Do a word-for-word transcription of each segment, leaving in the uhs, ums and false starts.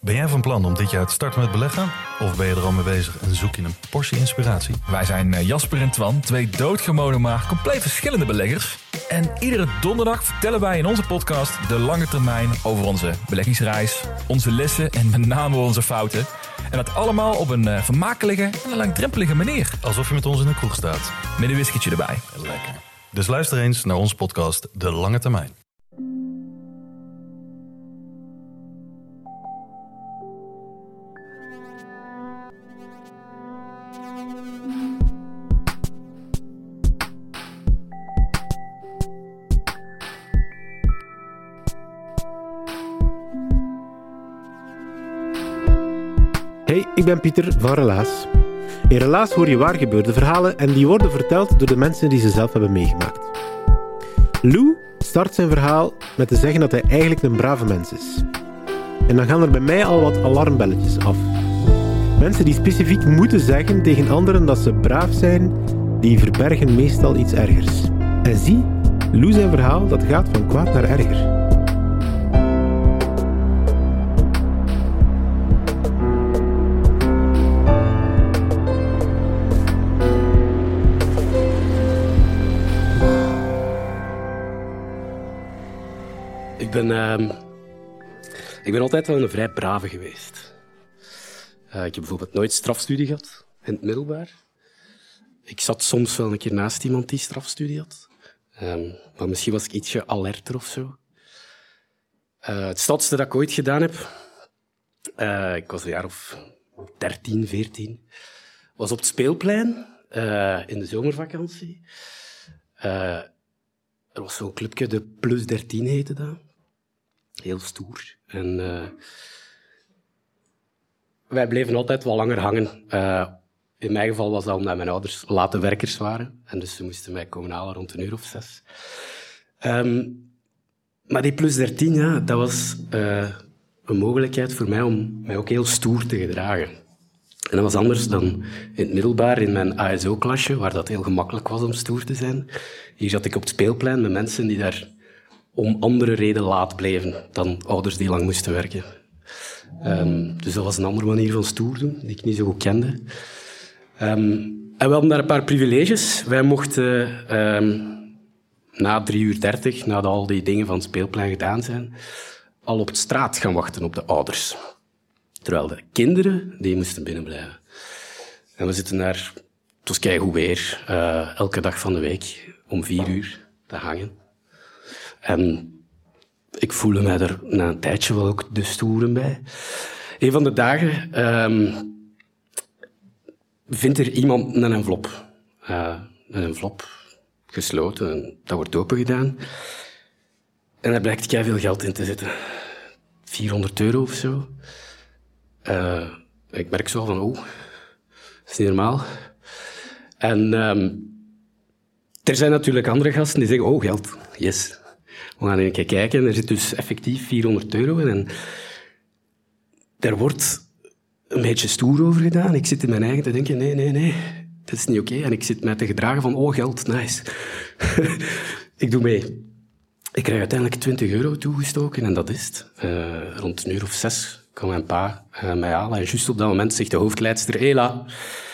Ben jij van plan om dit jaar te starten met beleggen? Of ben je er al mee bezig en zoek je een portie inspiratie? Wij zijn Jasper en Twan, twee doodgewone maar compleet verschillende beleggers. En iedere donderdag vertellen wij in onze podcast de lange termijn over onze beleggingsreis, onze lessen en met name onze fouten. En dat allemaal op een vermakelijke en een langdrempelige manier. Alsof je met ons in een kroeg staat. Met een whiskytje erbij. Lekker. Dus luister eens naar onze podcast De Lange Termijn. Hey, ik ben Pieter van Relaas. In Relaas hoor je waar gebeurde verhalen en die worden verteld door de mensen die ze zelf hebben meegemaakt. Lou start zijn verhaal met te zeggen dat hij eigenlijk een brave mens is. En dan gaan er bij mij al wat alarmbelletjes af. Mensen die specifiek moeten zeggen tegen anderen dat ze braaf zijn, die verbergen meestal iets ergers. En zie, Lou zijn verhaal dat gaat van kwaad naar erger. Ik ben, uh, ik ben altijd wel een vrij brave geweest. Uh, ik heb bijvoorbeeld nooit strafstudie gehad in het middelbaar. Ik zat soms wel een keer naast iemand die strafstudie had. Um, maar misschien was ik ietsje alerter of zo. Uh, het stoutste dat ik ooit gedaan heb, uh, ik was een jaar of dertien, veertien, was op het speelplein uh, in de zomervakantie. Uh, er was zo'n clubje, de Plus dertien heette dat. Heel stoer. En uh, wij bleven altijd wel langer hangen. Uh, in mijn geval was dat omdat mijn ouders late werkers waren. En dus ze moesten mij komen halen rond een uur of zes. Um, maar die Plus dertien, ja, dat was uh, een mogelijkheid voor mij om mij ook heel stoer te gedragen. En dat was anders dan in het middelbaar, in mijn A S O-klasje, waar dat heel gemakkelijk was om stoer te zijn. Hier zat ik op het speelplein met mensen die daar om andere reden laat bleven dan ouders die lang moesten werken. Um, dus dat was een andere manier van stoer doen, die ik niet zo goed kende. Um, en we hadden daar een paar privileges. Wij mochten um, na drie uur dertig, nadat al die dingen van het speelplein gedaan zijn, al op de straat gaan wachten op de ouders. Terwijl de kinderen, die moesten binnenblijven. En we zitten daar, het was keigoed weer, uh, elke dag van de week om vier uur te hangen. En ik voelde mij er na een tijdje wel ook de stoeren bij. Een van de dagen um, vindt er iemand een envelop. Uh, een envelop gesloten, en dat wordt opengedaan. En daar blijkt keiveel geld in te zitten. vierhonderd euro of zo. Uh, ik merk zo van, oh, dat is niet normaal. En um, er zijn natuurlijk andere gasten die zeggen, oh, geld, yes. We gaan een keer kijken en er zit dus effectief vierhonderd euro in. En daar wordt een beetje stoer over gedaan. Ik zit in mijn eigen te denken, nee, nee, nee, dat is niet oké. Okay. En ik zit mij te gedragen van, oh, geld, nice. Ik doe mee. Ik krijg uiteindelijk twintig euro toegestoken en dat is het. Uh, rond een uur of zes kwam mijn pa uh, mij halen. En juist op dat moment zegt de hoofdleidster, Hela,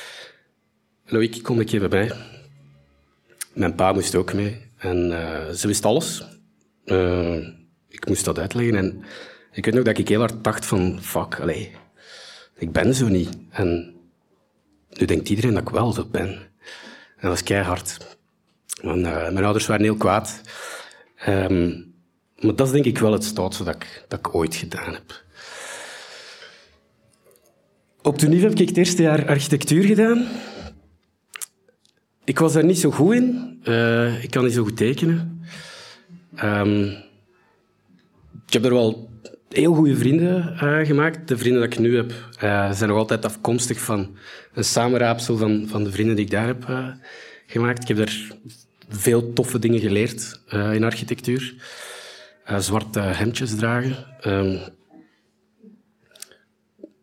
Loïc, kom een keer bij mij. Mijn pa moest ook mee. En uh, ze wist alles. Uh, ik moest dat uitleggen. En ik weet nog dat ik heel hard dacht van, fuck, allee, ik ben zo niet. En nu denkt iedereen dat ik wel zo ben. En dat was keihard. Want, uh, mijn ouders waren heel kwaad. Um, maar dat is denk ik wel het stoutste dat ik, dat ik ooit gedaan heb. Op de U N I V heb ik het eerste jaar architectuur gedaan. Ik was daar niet zo goed in. Uh, ik kan niet zo goed tekenen. Um, ik heb er wel heel goede vrienden uh, gemaakt. De vrienden die ik nu heb, uh, zijn nog altijd afkomstig van een samenraapsel van, van de vrienden die ik daar heb uh, gemaakt. Ik heb daar veel toffe dingen geleerd uh, in architectuur. Uh, zwarte hemdjes dragen. Um,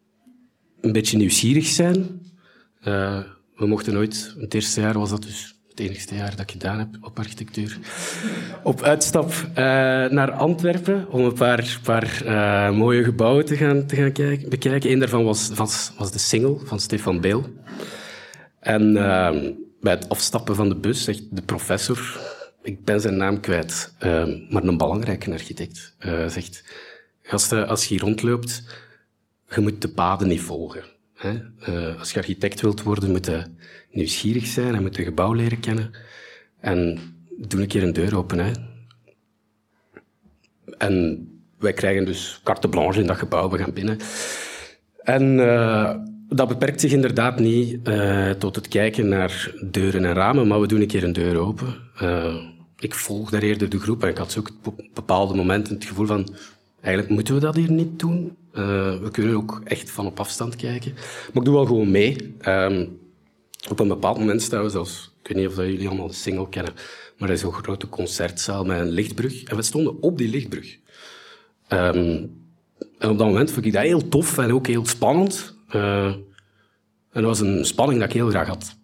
een beetje nieuwsgierig zijn. Uh, we mochten nooit, het eerste jaar was dat dus het enigste jaar dat ik gedaan heb op architectuur. Op uitstap uh, naar Antwerpen om een paar, paar uh, mooie gebouwen te gaan, te gaan kijken, bekijken. Eén daarvan was, was, was de Singel van Stefan Beel. En uh, bij het afstappen van de bus zegt de professor, ik ben zijn naam kwijt, uh, maar een belangrijke architect, uh, zegt, gasten, als je hier rondloopt, je moet de paden niet volgen. Hè? Uh, als je architect wilt worden, moet je nieuwsgierig zijn en moet je gebouw leren kennen. En doe een keer een deur open. Hè? En wij krijgen dus carte blanche in dat gebouw, we gaan binnen. En uh, dat beperkt zich inderdaad niet uh, tot het kijken naar deuren en ramen, maar we doen een keer een deur open. Uh, ik volg daar eerder de groep en ik had ook op bepaalde momenten het gevoel van, eigenlijk moeten we dat hier niet doen. Uh, we kunnen ook echt van op afstand kijken. Maar ik doe wel gewoon mee. Um, op een bepaald moment staan we zelfs, ik weet niet of dat jullie allemaal de Singel kennen, maar dat is een grote concertzaal met een lichtbrug. En we stonden op die lichtbrug. Um, en op dat moment vond ik dat heel tof en ook heel spannend. Uh, en dat was een spanning dat ik heel graag had.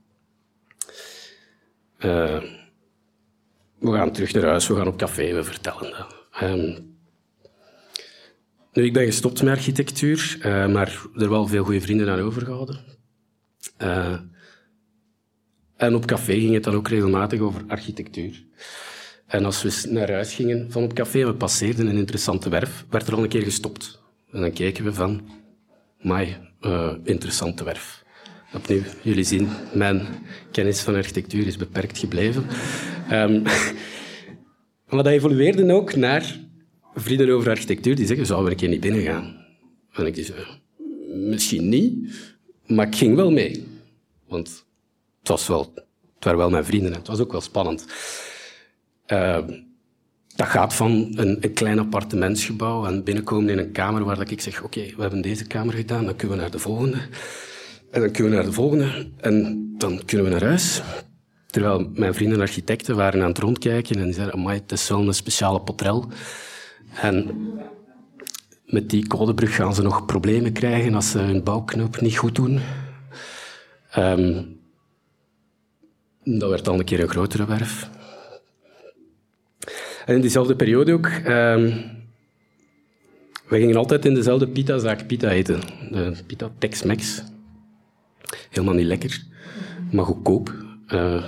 Uh, we gaan terug naar huis, we gaan op café, we vertellen dat. Um, Nu, ik ben gestopt met architectuur, uh, maar er wel veel goede vrienden aan overgehouden. Uh, en op café ging het dan ook regelmatig over architectuur. En als we naar huis gingen van op café en we passeerden een interessante werf, werd er al een keer gestopt. En dan keken we van, amai, uh, interessante werf. Opnieuw, jullie zien, mijn kennis van architectuur is beperkt gebleven. Um, maar dat evolueerde ook naar vrienden over architectuur die zeggen, zouden we een keer niet binnen gaan? En ik zei, misschien niet, maar ik ging wel mee. Want het, was wel, het waren wel mijn vrienden en het was ook wel spannend. Uh, dat gaat van een, een klein appartementsgebouw en binnenkomen in een kamer waar ik zeg, oké, okay, we hebben deze kamer gedaan, dan kunnen we naar de volgende. En dan kunnen we naar de volgende en dan kunnen we naar huis. Terwijl mijn vrienden architecten waren aan het rondkijken en die zeiden, amai, het is wel een speciale potrel. En met die codebrug gaan ze nog problemen krijgen als ze hun bouwknoop niet goed doen. Um, dat werd dan een keer een grotere werf. En in diezelfde periode ook... Um, we gingen altijd in dezelfde pita-zaak pita eten. De pita Tex-Mex. Helemaal niet lekker, maar goedkoop. Uh,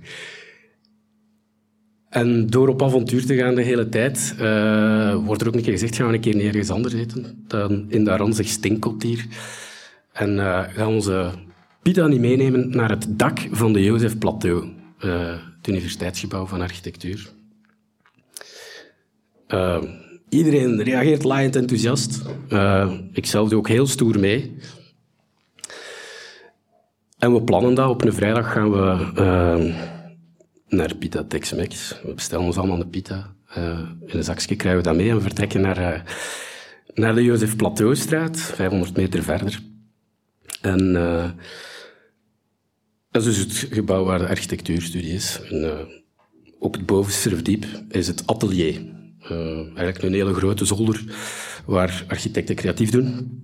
En door op avontuur te gaan de hele tijd, uh, wordt er ook een keer gezegd, gaan we een keer nergens anders eten dan in dat ranzig stinkkeltier. En uh, gaan we onze pita niet meenemen naar het dak van de Jozef Plateau, uh, het universiteitsgebouw van architectuur. Uh, iedereen reageert laaiend enthousiast. Uh, ik zelf doe ook heel stoer mee. En we plannen dat. Op een vrijdag gaan we... Uh, naar Pita Tex-Mex. We bestellen ons allemaal een pita. Uh, in een zakje krijgen we dat mee en we vertrekken naar, uh, naar de Jozef Plateaustraat, vijfhonderd meter verder. En uh, dat is dus het gebouw waar de architectuurstudie is. En, uh, op het bovenste verdiep is het atelier. Uh, eigenlijk een hele grote zolder waar architecten creatief doen.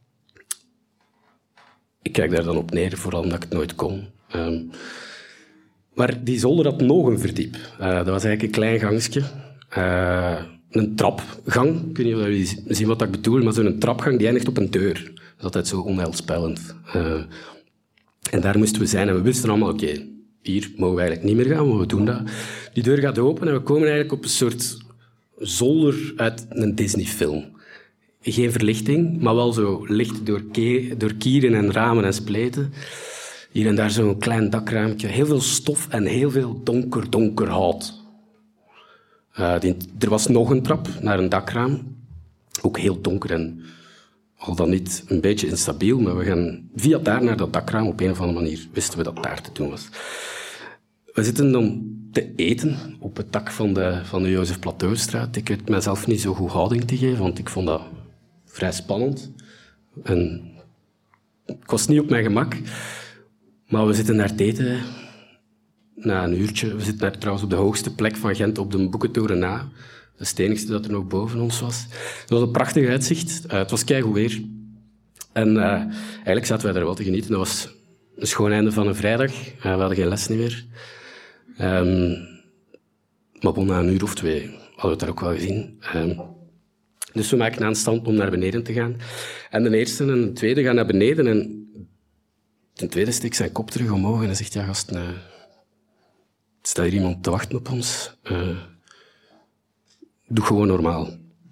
Ik kijk daar dan op neer, vooral omdat ik het nooit kon. Um, Maar die zolder had nog een verdiep. Uh, dat was eigenlijk een klein gangstje. Uh, een trapgang. Ik weet niet of jullie zien wat ik bedoel, maar zo'n trapgang die eindigt op een deur. Dat is altijd zo onheilspellend. Uh, en daar moesten we zijn en we wisten allemaal, oké, okay, hier mogen we eigenlijk niet meer gaan, maar we doen dat. Die deur gaat open en we komen eigenlijk op een soort zolder uit een Disney-film. Geen verlichting, maar wel zo licht door, ke- door kieren en ramen en spleten. Hier en daar zo'n klein dakraampje. Heel veel stof en heel veel donker, donker hout. Uh, die, er was nog een trap naar een dakraam. Ook heel donker en al dan niet een beetje instabiel. Maar we gaan via daar naar dat dakraam. Op een of andere manier wisten we dat daar te doen was. We zitten dan te eten op het dak van de, van de Jozef Plateaustraat. Ik weet mezelf niet zo goed houding te geven, want ik vond dat vrij spannend. En ik was niet op mijn gemak. Maar we zitten daar te eten, na een uurtje. We zitten daar trouwens op de hoogste plek van Gent, op de Boekentoren na. Dat is het enigste dat er nog boven ons was. Het was een prachtig uitzicht. Uh, het was keigoed weer. En uh, eigenlijk zaten wij daar wel te genieten. Dat was een schoon einde van een vrijdag. Uh, we hadden geen les niet meer. Um, maar bon, na een uur of twee hadden we het daar ook wel gezien. Um, dus we maken aanstand om naar beneden te gaan. En de eerste en de tweede gaan naar beneden. En de tweede steekt zijn kop terug omhoog en hij zegt, ja gast, uh, staat hier iemand te wachten op ons? Uh, doe gewoon normaal.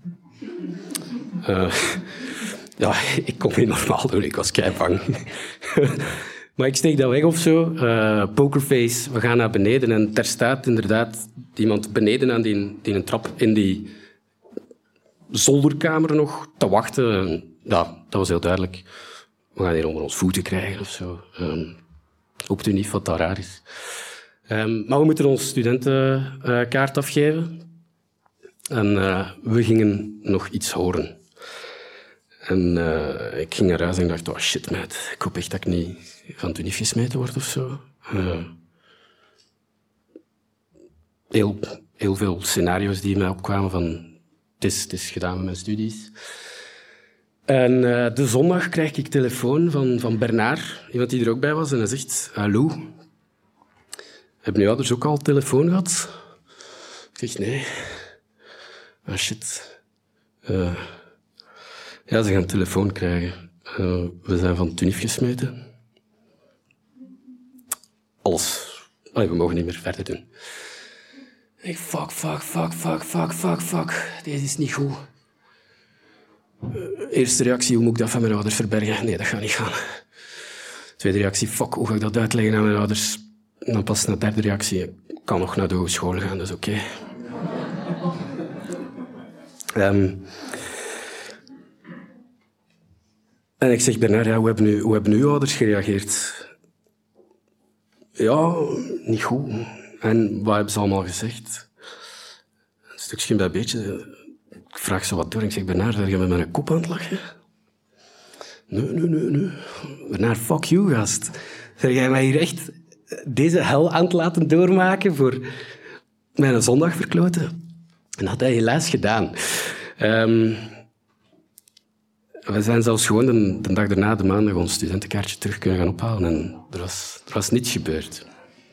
Uh, ja, ik kon niet normaal doen, ik was keibang. Maar ik steek dat weg of zo. Uh, pokerface, we gaan naar beneden en er staat inderdaad iemand beneden aan die, die een trap in die zolderkamer nog te wachten. Ja, dat was heel duidelijk. We gaan hier onder ons voeten krijgen of zo. Um, hoopt u niet wat dat raar is. Um, maar we moeten ons studentenkaart uh, afgeven. En uh, we gingen nog iets horen. En uh, ik ging naar huis en dacht, oh shit, meid. Ik hoop echt dat ik niet van het unief gesmeten word of zo. Uh, heel, heel veel scenario's die mij opkwamen van... Het is, het is gedaan met mijn studies. En uh, de zondag krijg ik telefoon van, van Bernard, iemand die er ook bij was, en hij zegt, hallo, hebben uw ouders ook al telefoon gehad? Ik zeg, nee. Ah, shit. Uh, ja, ze gaan telefoon krijgen. Uh, we zijn van het unief gesmeten. Alles. Allee, we mogen niet meer verder doen. Ik, fuck, fuck, fuck, fuck, fuck, fuck, fuck. Deze is niet goed. Uh, eerste reactie, hoe moet ik dat van mijn ouders verbergen? Nee, dat gaat niet gaan. Tweede reactie, fuck, hoe ga ik dat uitleggen aan mijn ouders? En dan pas naar de derde reactie, ik kan nog naar de hogeschool gaan, dat is oké. Okay. Um, en ik zeg, Bernard, ja, hoe, hebben u, hoe hebben uw ouders gereageerd? Ja, niet goed. En wat hebben ze allemaal gezegd? Een stukje bij een beetje. Ik vraag zo wat door en ik zeg, Bernard, ben je met mijn kop aan het lachen? Nee, nee, nee, nee. Bernard, fuck you, gast. Zeg jij mij hier echt deze hel aan het laten doormaken voor mijn zondag verkloten? En dat had hij helaas gedaan. Um, we zijn zelfs gewoon de, de dag daarna, de maandag, ons studentenkaartje terug kunnen gaan ophalen. En er was, er was niets gebeurd.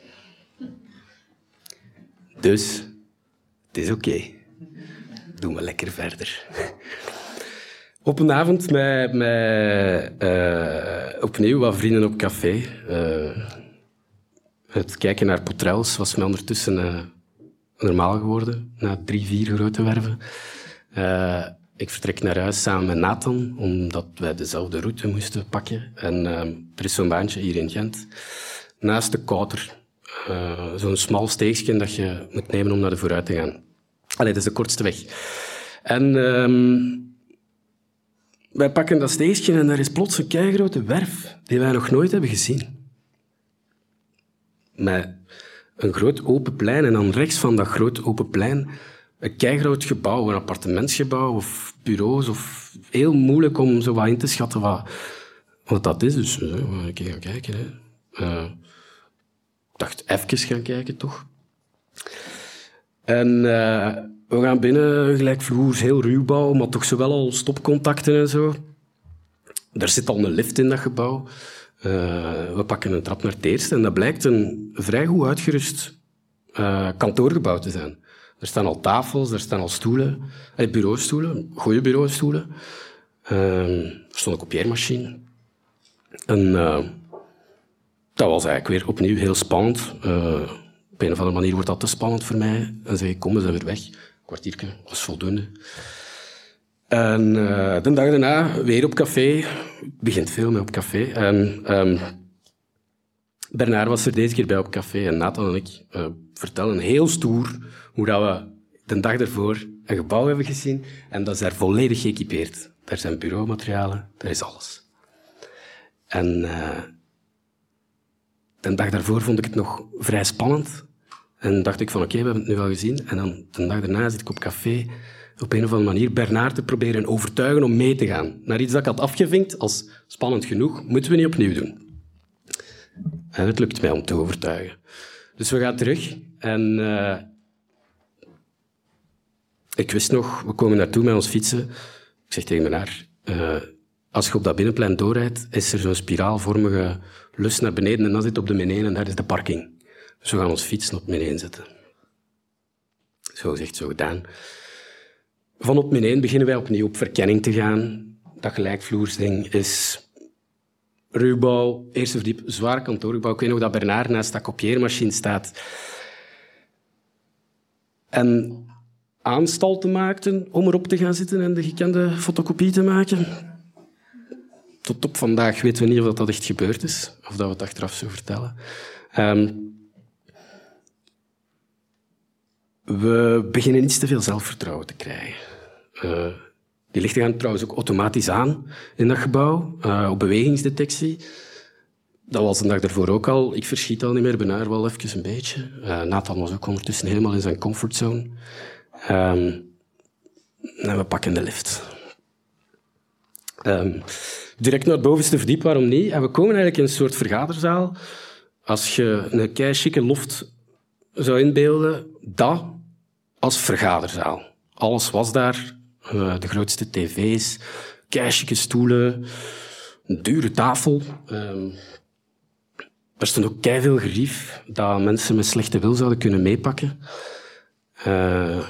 Dus, het is oké. Okay. Doen we lekker verder. Op een avond met, met uh, opnieuw wat vrienden op café. Uh, het kijken naar potrels was mij ondertussen uh, normaal geworden, na drie, vier grote werven. Uh, ik vertrek naar huis samen met Nathan, omdat wij dezelfde route moesten pakken. En uh, er is zo'n baantje hier in Gent, naast de Kouter. Uh, zo'n smal steegje dat je moet nemen om naar de vooruit te gaan. Allee, dat is de kortste weg. En um, wij pakken dat steegje en daar is plots een keigrote werf die wij nog nooit hebben gezien. Met een groot open plein en dan rechts van dat groot open plein een keigroot gebouw, een appartementsgebouw of bureaus. Of heel moeilijk om zo wat in te schatten wat, wat dat is. Dus we gaan een keer gaan kijken. Hè. Uh, ik dacht, even gaan kijken, toch? En uh, we gaan binnen, gelijkvloers, heel ruwbouw, maar toch zo wel al stopcontacten en zo. Er zit al een lift in dat gebouw. Uh, we pakken een trap naar het eerste en dat blijkt een vrij goed uitgerust uh, kantoorgebouw te zijn. Er staan al tafels, er staan al stoelen, eh, bureaustoelen, goede bureaustoelen. Uh, er stond een kopieermachine. En uh, dat was eigenlijk weer opnieuw heel spannend. Uh, op een of andere manier wordt dat te spannend voor mij. En zeg ik, kom, we zijn weer weg. Een kwartiertje, was voldoende. En uh, de dag daarna weer op café. Het begint veel met op café. En um, Bernard was er deze keer bij op café. En Nathan en ik uh, vertellen heel stoer hoe dat we de dag daarvoor een gebouw hebben gezien. En dat is daar volledig geëquipeerd. Daar zijn bureaumaterialen, daar is alles. En uh, de dag daarvoor vond ik het nog vrij spannend. En dacht ik van, oké, okay, we hebben het nu al gezien. En dan de dag daarna zit ik op café op een of andere manier Bernard te proberen overtuigen om mee te gaan. Naar iets dat ik had afgevinkt als spannend genoeg, moeten we niet opnieuw doen. En het lukt mij om te overtuigen. Dus we gaan terug. En uh, ik wist nog, we komen naartoe met ons fietsen. Ik zeg tegen Bernard, uh, als je op dat binnenplein doorrijdt, is er zo'n spiraalvormige lus naar beneden en dan zit op de beneden en daar is de parking. Dus we gaan ons fietsen op min één zetten. Zo gezegd, zo gedaan. Van op min één beginnen wij opnieuw op verkenning te gaan. Dat gelijkvloersding is ruwbouw, eerste verdiep, zware kantoorgebouw. Ik weet nog dat Bernard naast dat kopieermachine staat. En aanstalten maakten om erop te gaan zitten en de gekende fotocopie te maken. Tot op vandaag weten we niet of dat echt gebeurd is, of dat we het achteraf zo vertellen. Um, we beginnen iets te veel zelfvertrouwen te krijgen. Uh, die lichten gaan trouwens ook automatisch aan in dat gebouw, uh, op bewegingsdetectie. Dat was de dag ervoor ook al. Ik verschiet al niet meer, Bernard wel even een beetje. Uh, Nathan was ook ondertussen helemaal in zijn comfortzone. Um, en we pakken de lift. Um, direct naar het bovenste verdiep, waarom niet? En we komen eigenlijk in een soort vergaderzaal. Als je een keichique loft zou inbeelden, dat als vergaderzaal. Alles was daar. Uh, de grootste tv's, keichique stoelen, een dure tafel. Um, er stond ook keiveel gerief dat mensen met slechte wil zouden kunnen meepakken. Uh,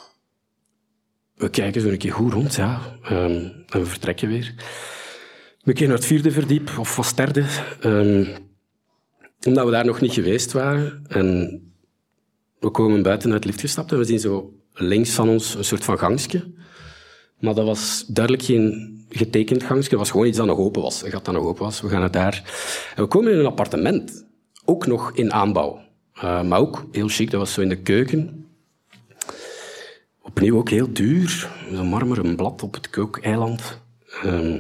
we kijken zo een keer goed rond, ja. Um, en we vertrekken weer. We keer naar het vierde verdiep, of was het derde. Um, omdat we daar nog niet geweest waren. En we komen buiten uit het lift gestapt en we zien zo links van ons een soort van gangstje. Maar dat was duidelijk geen getekend gangstje. Dat was gewoon iets dat nog open was. Een gat dat nog open was. We gaan het daar... En we komen in een appartement. Ook nog in aanbouw. Uh, maar ook heel chic. Dat was zo in de keuken. Opnieuw ook heel duur. Zo'n marmeren blad op het kookeiland. Um,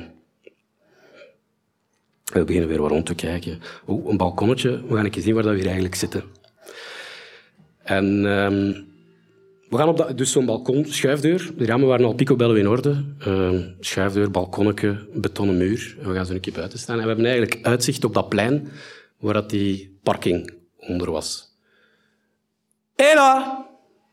we beginnen weer wat rond te kijken. Oeh, een balkonnetje. We gaan even zien waar dat we hier eigenlijk zitten. En... Um, We gaan op dat, dus zo'n balkon, schuifdeur. De ramen waren al picobello in orde. Uh, schuifdeur, balkonnetje, betonnen muur. En we gaan zo een keer buiten staan. En we hebben eigenlijk uitzicht op dat plein waar dat die parking onder was. Ela!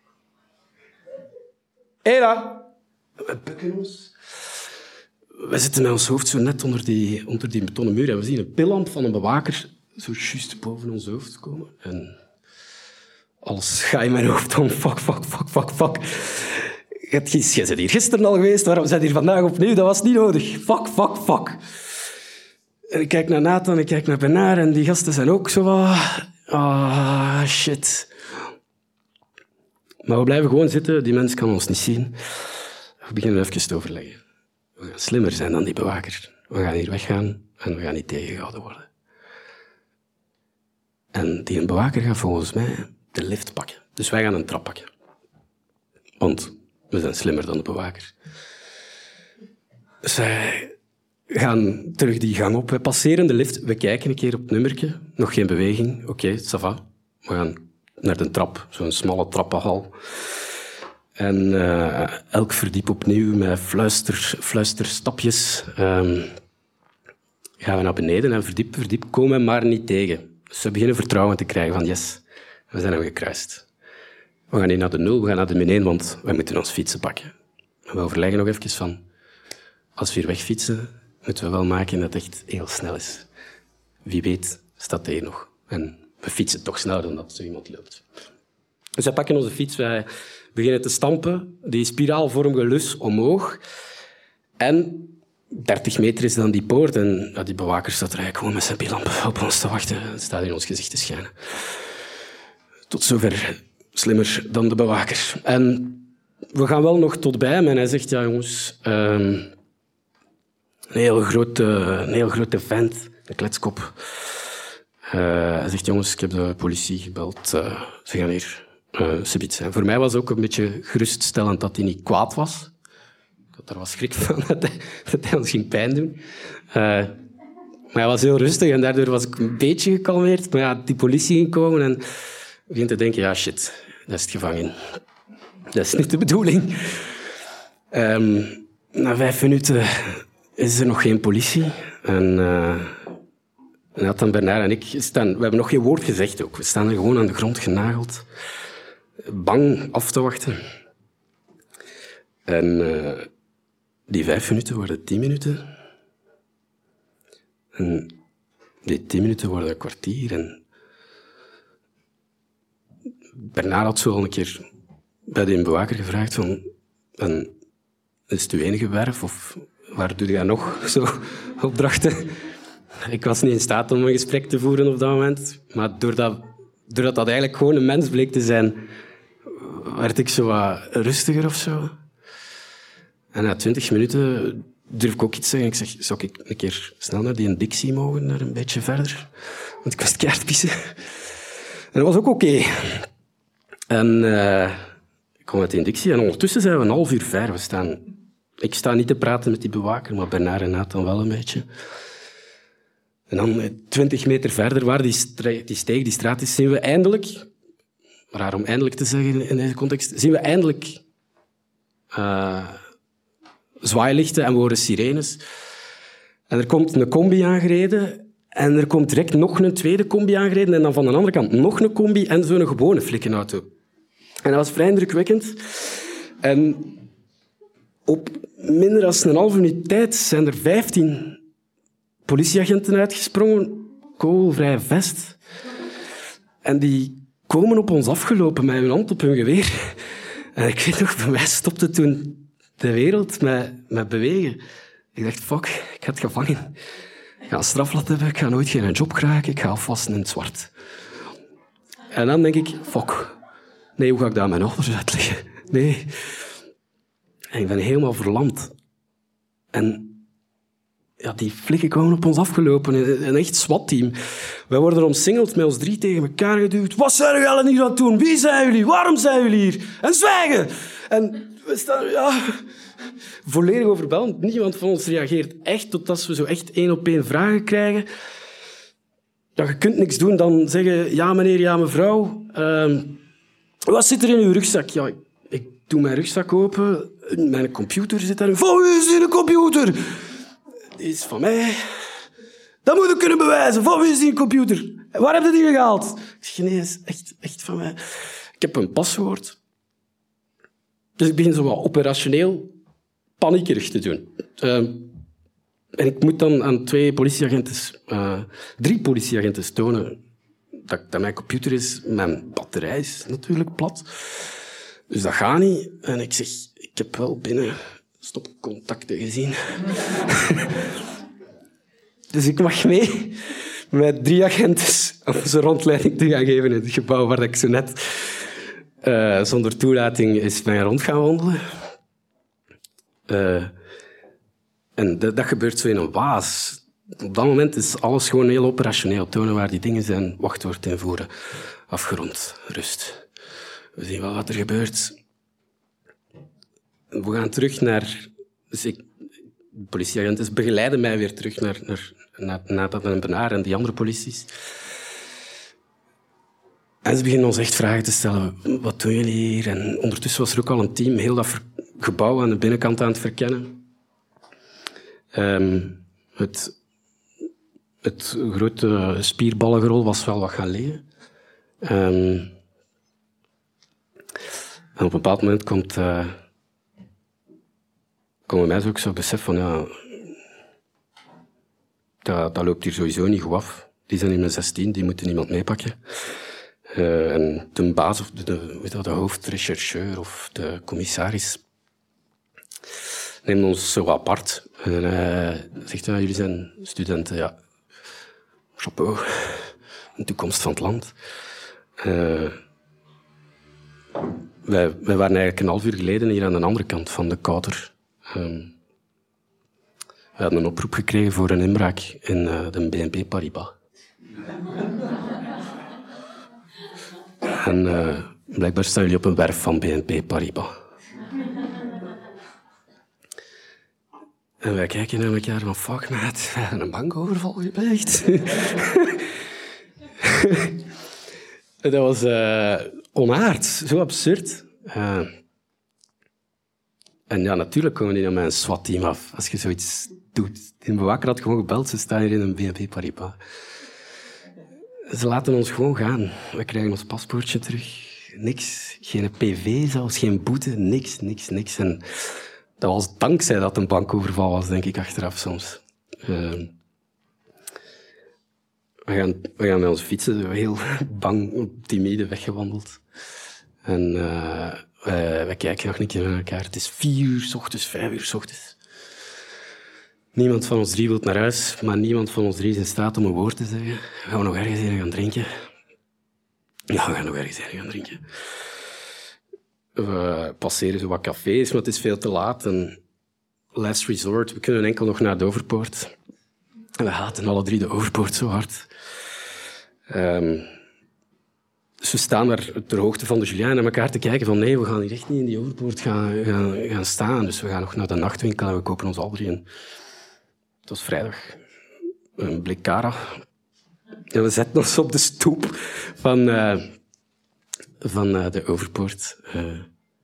Ela! We bukken ons. We zitten met ons hoofd zo net onder die, onder die betonnen muur en we zien een pillamp van een bewaker zo juist boven ons hoofd komen. En... alles ga in mijn hoofd om. Fuck, fuck, fuck, fuck, fuck. Je bent hier gisteren al geweest, waarom zijn hier vandaag opnieuw? Dat was niet nodig. Fuck, fuck, fuck. En ik kijk naar Nathan, ik kijk naar Bernard en die gasten zijn ook zo wat... Ah, shit. Maar we blijven gewoon zitten, die mens kan ons niet zien. We beginnen even te overleggen. We gaan slimmer zijn dan die bewaker. We gaan hier weggaan en we gaan niet tegengehouden worden. En die bewaker gaat volgens mij... de lift pakken. Dus wij gaan een trap pakken. Want we zijn slimmer dan de bewaker. Dus wij gaan terug die gang op. We passeren de lift. We kijken een keer op het nummertje. Nog geen beweging. Oké, okay, ça va. We gaan naar de trap. Zo'n smalle trappenhal. En uh, elk verdiep opnieuw met fluister, fluisterstapjes. Um, gaan we naar beneden en verdiep, verdiep komen we maar niet tegen. Dus we beginnen vertrouwen te krijgen van yes... we zijn hem gekruist. We gaan niet naar de nul, we gaan naar de min één, want we moeten ons fietsen pakken. En we overleggen nog even van... als we hier wegfietsen, moeten we wel maken dat het echt heel snel is. Wie weet staat hij nog. En we fietsen toch sneller dan dat zo iemand loopt. Dus wij pakken onze fiets, wij beginnen te stampen. Die spiraalvormige lus omhoog. En dertig meter is dan die poort. En ja, die bewaker staat er eigenlijk gewoon met zijn billamp op ons te wachten. Het staat in ons gezicht te schijnen. Tot zover slimmer dan de bewaker. En we gaan wel nog tot bij hem en hij zegt, ja jongens, um, een heel grote, een heel grote vent, een kletskop. Uh, hij zegt, jongens, ik heb de politie gebeld, uh, ze gaan hier uh, subiet zijn. Voor mij was het ook een beetje geruststellend dat hij niet kwaad was. Ik had daar wat schrik van, dat hij, dat hij ons ging pijn doen. Uh, maar hij was heel rustig en daardoor was ik een beetje gekalmeerd. Maar ja, die politie ging komen en... ik begin te denken, ja, shit, dat is het gevangen. Dat is niet de bedoeling. Um, na vijf minuten is er nog geen politie. En uh, Nathan, Bernard en ik staan... we hebben nog geen woord gezegd ook. We staan er gewoon aan de grond genageld. Bang af te wachten. En uh, die vijf minuten worden tien minuten. En die tien minuten worden een kwartier. En Bernard had zo al een keer bij de bewaker gevraagd van... En, is het uw enige werf? Of waar doe je nog zo opdrachten? Ik was niet in staat om een gesprek te voeren op dat moment. Maar doordat, doordat dat eigenlijk gewoon een mens bleek te zijn, werd ik zo wat rustiger of zo. En na twintig minuten durf ik ook iets zeggen. Ik zeg, zou ik een keer snel naar die Dixie mogen, naar een beetje verder? Want ik was keihard pissen. En dat was ook oké. Okay. En uh, ik kwam uit die Dixie en ondertussen zijn we een half uur ver. We staan, ik sta niet te praten met die bewaker, maar Bernard en Nathan wel een beetje. En dan twintig meter verder, waar die, stra- die steeg, die straat is, zien we eindelijk, raar om eindelijk te zeggen in deze context, zien we eindelijk uh, zwaailichten en we horen sirenes. En er komt een combi aangereden en er komt direct nog een tweede combi aangereden en dan van de andere kant nog een combi en zo'n gewone flikkenauto. En dat was vrij indrukwekkend. En op minder dan een halve minuut tijd zijn er vijftien politieagenten uitgesprongen, kogelvrij vest. En die komen op ons afgelopen met hun hand op hun geweer. En ik weet nog, bij mij stopte toen de wereld met, met bewegen. Ik dacht, fuck, ik ga het gevangen. Ik ga een strafblad hebben, ik ga nooit geen job krijgen, ik ga afwassen in het zwart. En dan denk ik, fuck, nee, hoe ga ik daar mijn ouders uitleggen? Nee. En ik ben helemaal verlamd. En ja, die flikken kwamen op ons afgelopen, een echt SWAT-team. Wij worden omsingeld, met ons drie tegen elkaar geduwd. Wat zijn jullie allen hier aan het doen? Wie zijn jullie? Waarom zijn jullie hier? En zwijgen! En we staan, ja, volledig overbeldigd. Niemand van ons reageert echt, totdat we zo echt één op één vragen krijgen. Ja, je kunt niks doen dan zeggen, ja meneer, ja mevrouw. Uh, wat zit er in uw rugzak? Ja, ik, ik doe mijn rugzak open. Mijn computer zit daarin. Van wie is die computer? Die is van mij. Dat moet ik kunnen bewijzen. Van wie is die computer? Waar heb je die gehaald? Ik zeg, nee, dat is echt, echt van mij. Ik heb een paswoord. Dus ik begin zo wat operationeel paniekerig te doen. Uh, en ik moet dan aan twee politieagenten, uh, drie politieagenten tonen dat, dat mijn computer is. Mijn batterij is natuurlijk plat. Dus dat gaat niet. En ik zeg, ik heb wel binnen stopcontacten gezien. Dus ik mag mee met drie agenten om ze rondleiding te gaan geven in het gebouw waar ik zo net uh, zonder toelating is ben rond gaan wandelen. Uh, en dat, dat gebeurt zo in een waas. Op dat moment is alles gewoon heel operationeel. Tonen waar die dingen zijn, wachtwoord invoeren. Afgerond, rust. We zien wel wat er gebeurt. We gaan terug naar... Dus ik, de politieagenten begeleiden mij weer terug naar, naar, naar Nathan en Bernard en die andere polities. En ze beginnen ons echt vragen te stellen. Wat doen jullie hier? En ondertussen was er ook al een team heel dat gebouw aan de binnenkant aan het verkennen. Um, het, het grote spierballengerol was wel wat gaan liggen. Um, en op een bepaald moment komt... Uh, komen mij ook zo besef van, ja, dat, dat loopt hier sowieso niet goed af. Die zijn in mijn zestien, die moeten niemand meepakken. Uh, en de baas, of de, de, weet dat, de hoofdrechercheur of de commissaris neemt ons zo apart. En uh, zegt, ja, jullie zijn studenten, ja. Chapeau, de toekomst van het land. Uh, wij, wij waren eigenlijk een half uur geleden hier aan de andere kant van de kouter. Um, we hadden een oproep gekregen voor een inbraak in uh, de B N P Paribas. En uh, blijkbaar staan jullie op een werf van B N P Paribas. En wij kijken naar elkaar van, fuck maat, we hebben een bankoverval gepleegd. Dat was uh, onaard, zo absurd. Uh, En ja, natuurlijk komen die naar mijn SWAT-team af. Als je zoiets doet. Die bewaker had gewoon gebeld, ze staan hier in een B N P Paribas. Ze laten ons gewoon gaan. We krijgen ons paspoortje terug. Niks. Geen P V zelfs, geen boete. Niks, niks, niks. En dat was dankzij dat een bankoverval was, denk ik, achteraf soms. Uh, we, gaan, we gaan met onze fietsen zo heel bang, timide weggewandeld. En uh, wij, wij kijken nog een keer naar elkaar. Het is vier uur 's ochtends, vijf uur 's ochtends. Niemand van ons drie wil naar huis, maar niemand van ons drie is in staat om een woord te zeggen. Gaan we nog ergens heen gaan drinken? Ja, we gaan nog ergens heen gaan drinken. We passeren zo wat cafés, maar het is veel te laat. En last resort, we kunnen enkel nog naar de Overpoort. En we haten alle drie de Overpoort zo hard. Um, dus we staan daar ter hoogte van de Julien naar elkaar te kijken van nee, we gaan hier echt niet in die Overpoort gaan, gaan, gaan staan. Dus we gaan nog naar de nachtwinkel en we kopen ons al drie een... Het was vrijdag. Een blik Cara. En we zetten ons op de stoep van, uh, van uh, de Overpoort. Uh,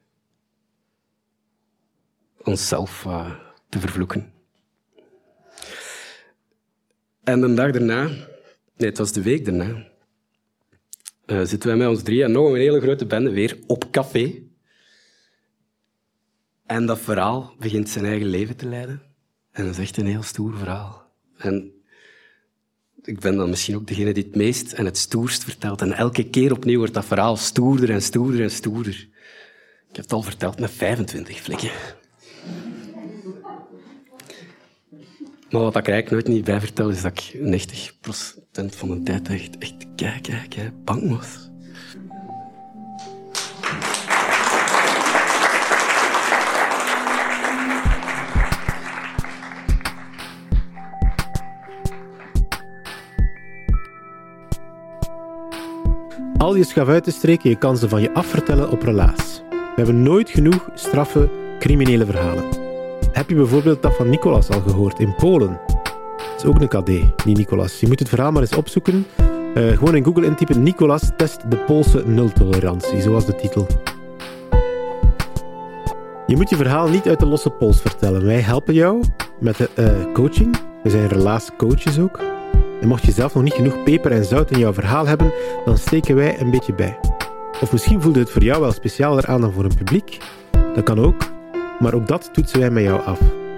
onszelf uh, te vervloeken. En de dag daarna, nee, het was de week daarna, uh, zitten wij met ons drie en nog een hele grote bende weer op café. En dat verhaal begint zijn eigen leven te leiden. En dat is echt een heel stoer verhaal. En ik ben dan misschien ook degene die het meest en het stoerst vertelt. En elke keer opnieuw wordt dat verhaal stoerder en stoerder en stoerder. Ik heb het al verteld met vijfentwintig flikken. Maar wat ik eigenlijk nooit niet bij vertel, is dat ik negentig procent van de tijd echt, echt kijk, kijk, kijk, bang was. Al je schavuiten streken je kansen van je afvertellen op relaas. We hebben nooit genoeg straffe, criminele verhalen. Heb je bijvoorbeeld dat van Nicolas al gehoord in Polen? Dat is ook een K D, die Nicolas. Je moet het verhaal maar eens opzoeken. Uh, gewoon in Google intypen Nicolas test de Poolse nultolerantie, zo was de titel. Je moet je verhaal niet uit de losse pols vertellen. Wij helpen jou met de uh, coaching. We zijn relaascoaches ook. En mocht je zelf nog niet genoeg peper en zout in jouw verhaal hebben, dan steken wij een beetje bij. Of misschien voelde het voor jou wel specialer aan dan voor een publiek. Dat kan ook, maar ook dat toetsen wij met jou af.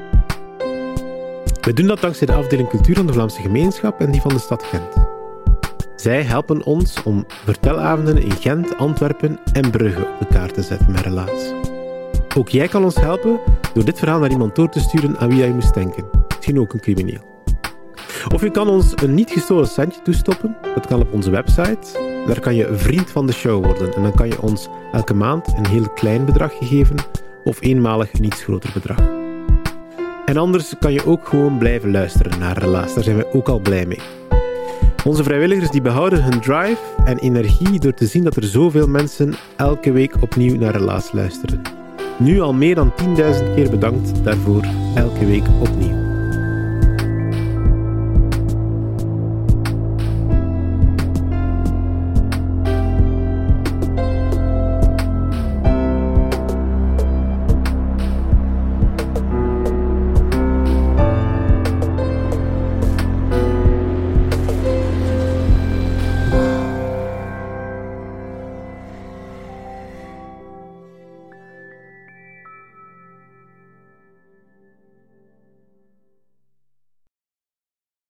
We doen dat dankzij de afdeling cultuur van de Vlaamse gemeenschap en die van de stad Gent. Zij helpen ons om vertelavonden in Gent, Antwerpen en Brugge op de kaart te zetten met relaas. Ook jij kan ons helpen door dit verhaal naar iemand door te sturen aan wie jij moest denken. Misschien ook een crimineel. Of je kan ons een niet gestolen centje toestoppen. Dat kan op onze website. Daar kan je vriend van de show worden. En dan kan je ons elke maand een heel klein bedragje geven. Of eenmalig een iets groter bedrag. En anders kan je ook gewoon blijven luisteren naar Relaas. Daar zijn we ook al blij mee. Onze vrijwilligers die behouden hun drive en energie door te zien dat er zoveel mensen elke week opnieuw naar Relaas luisteren. Nu al meer dan tienduizend keer bedankt daarvoor elke week opnieuw.